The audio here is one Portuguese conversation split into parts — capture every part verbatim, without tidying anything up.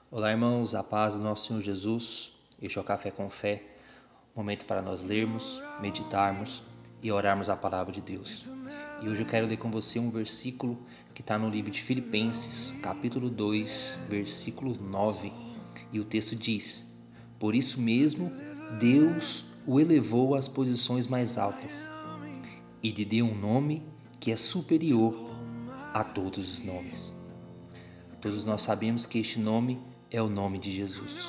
Olá, irmãos, a paz do nosso Senhor Jesus. Este é o Café com Fé, momento para nós lermos, meditarmos e orarmos a palavra de Deus. E hoje eu quero ler com você um versículo que está no livro de Filipenses, capítulo dois, versículo nove. E o texto diz: Por isso mesmo, Deus o elevou às posições mais altas e lhe deu um nome que é superior a todos os nomes. Todos nós sabemos que este nome é o nome de Jesus.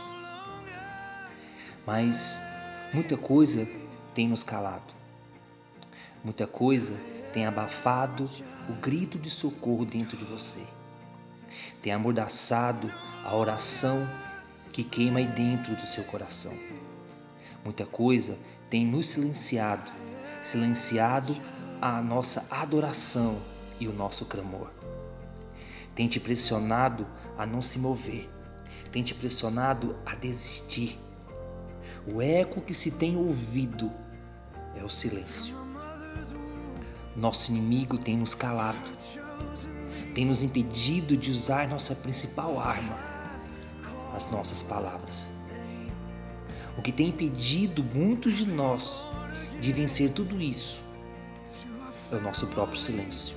Mas muita coisa tem nos calado. Muita coisa tem abafado o grito de socorro dentro de você. Tem amordaçado a oração que queima aí dentro do seu coração. Muita coisa tem nos silenciado, silenciado a nossa adoração e o nosso clamor. Tem te pressionado a não se mover, tem te pressionado a desistir. O eco que se tem ouvido é o silêncio. Nosso inimigo tem nos calado, tem nos impedido de usar nossa principal arma, as nossas palavras. O que tem impedido muitos de nós de vencer tudo isso é o nosso próprio silêncio.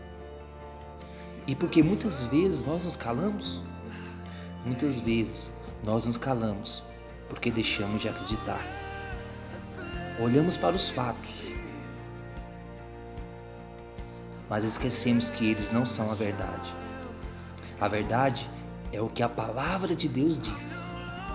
E porque muitas vezes nós nos calamos, muitas vezes nós nos calamos porque deixamos de acreditar. Olhamos para os fatos, mas esquecemos que eles não são a verdade. A verdade é o que a palavra de Deus diz.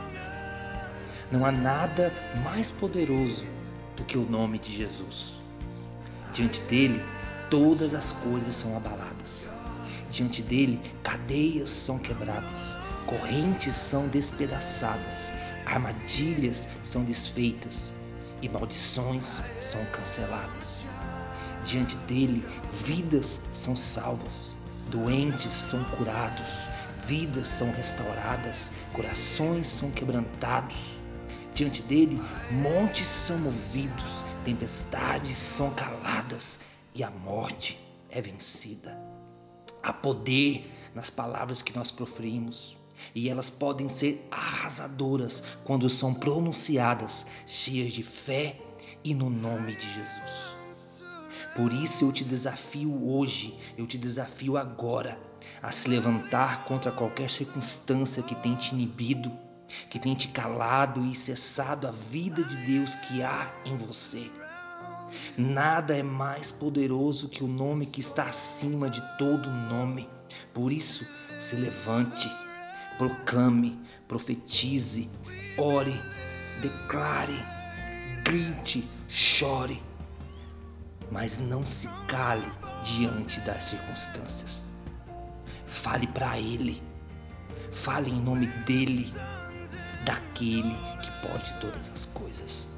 Não há nada mais poderoso do que o nome de Jesus. Diante dele, todas as coisas são abaladas. Diante dele, cadeias são quebradas, correntes são despedaçadas, armadilhas são desfeitas e maldições são canceladas. Diante dele, vidas são salvas, doentes são curados, vidas são restauradas, corações são quebrantados. Diante dele, montes são movidos, tempestades são caladas e a morte é vencida. Há poder nas palavras que nós proferimos e elas podem ser arrasadoras quando são pronunciadas, cheias de fé e no nome de Jesus. Por isso eu te desafio hoje, eu te desafio agora a se levantar contra qualquer circunstância que tenha te inibido, que tenha te calado e cessado a vida de Deus que há em você. Nada é mais poderoso que o nome que está acima de todo nome. Por isso, se levante, proclame, profetize, ore, declare, grite, chore, mas não se cale diante das circunstâncias. Fale para Ele, fale em nome dEle, daquele que pode todas as coisas.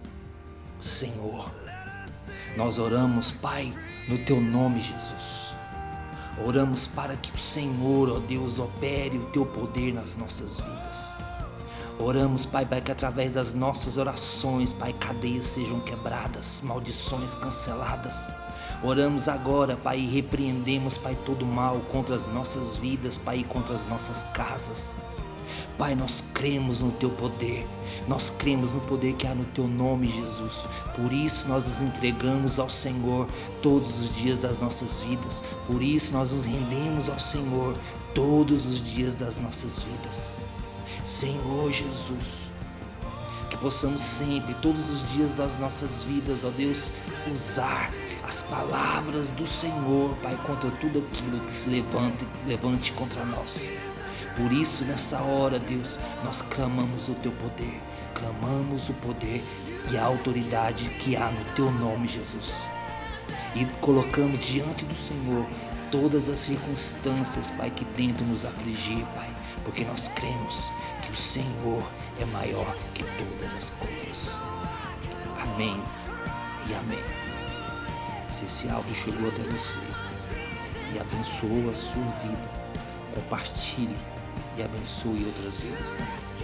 Senhor, nós oramos, Pai, no Teu nome, Jesus. Oramos para que o Senhor, ó Deus, opere o Teu poder nas nossas vidas. Oramos, Pai, para que através das nossas orações, Pai, cadeias sejam quebradas, maldições canceladas. Oramos agora, Pai, e repreendemos, Pai, todo mal contra as nossas vidas, Pai, e contra as nossas casas. Pai, nós cremos no Teu poder, nós cremos no poder que há no Teu nome, Jesus. Por isso nós nos entregamos ao Senhor todos os dias das nossas vidas. Por isso nós nos rendemos ao Senhor todos os dias das nossas vidas. Senhor Jesus, que possamos sempre, todos os dias das nossas vidas, ó Deus, usar as palavras do Senhor, Pai, contra tudo aquilo que se levante, levante contra nós. Por isso, nessa hora, Deus, nós clamamos o Teu poder, clamamos o poder e a autoridade que há no Teu nome, Jesus. E colocamos diante do Senhor todas as circunstâncias, Pai, que tentam nos afligir, Pai, porque nós cremos que o Senhor é maior que todas as coisas. Amém e amém. Se esse áudio chegou até você e abençoou a sua vida, compartilhe e abençoe outras vidas também.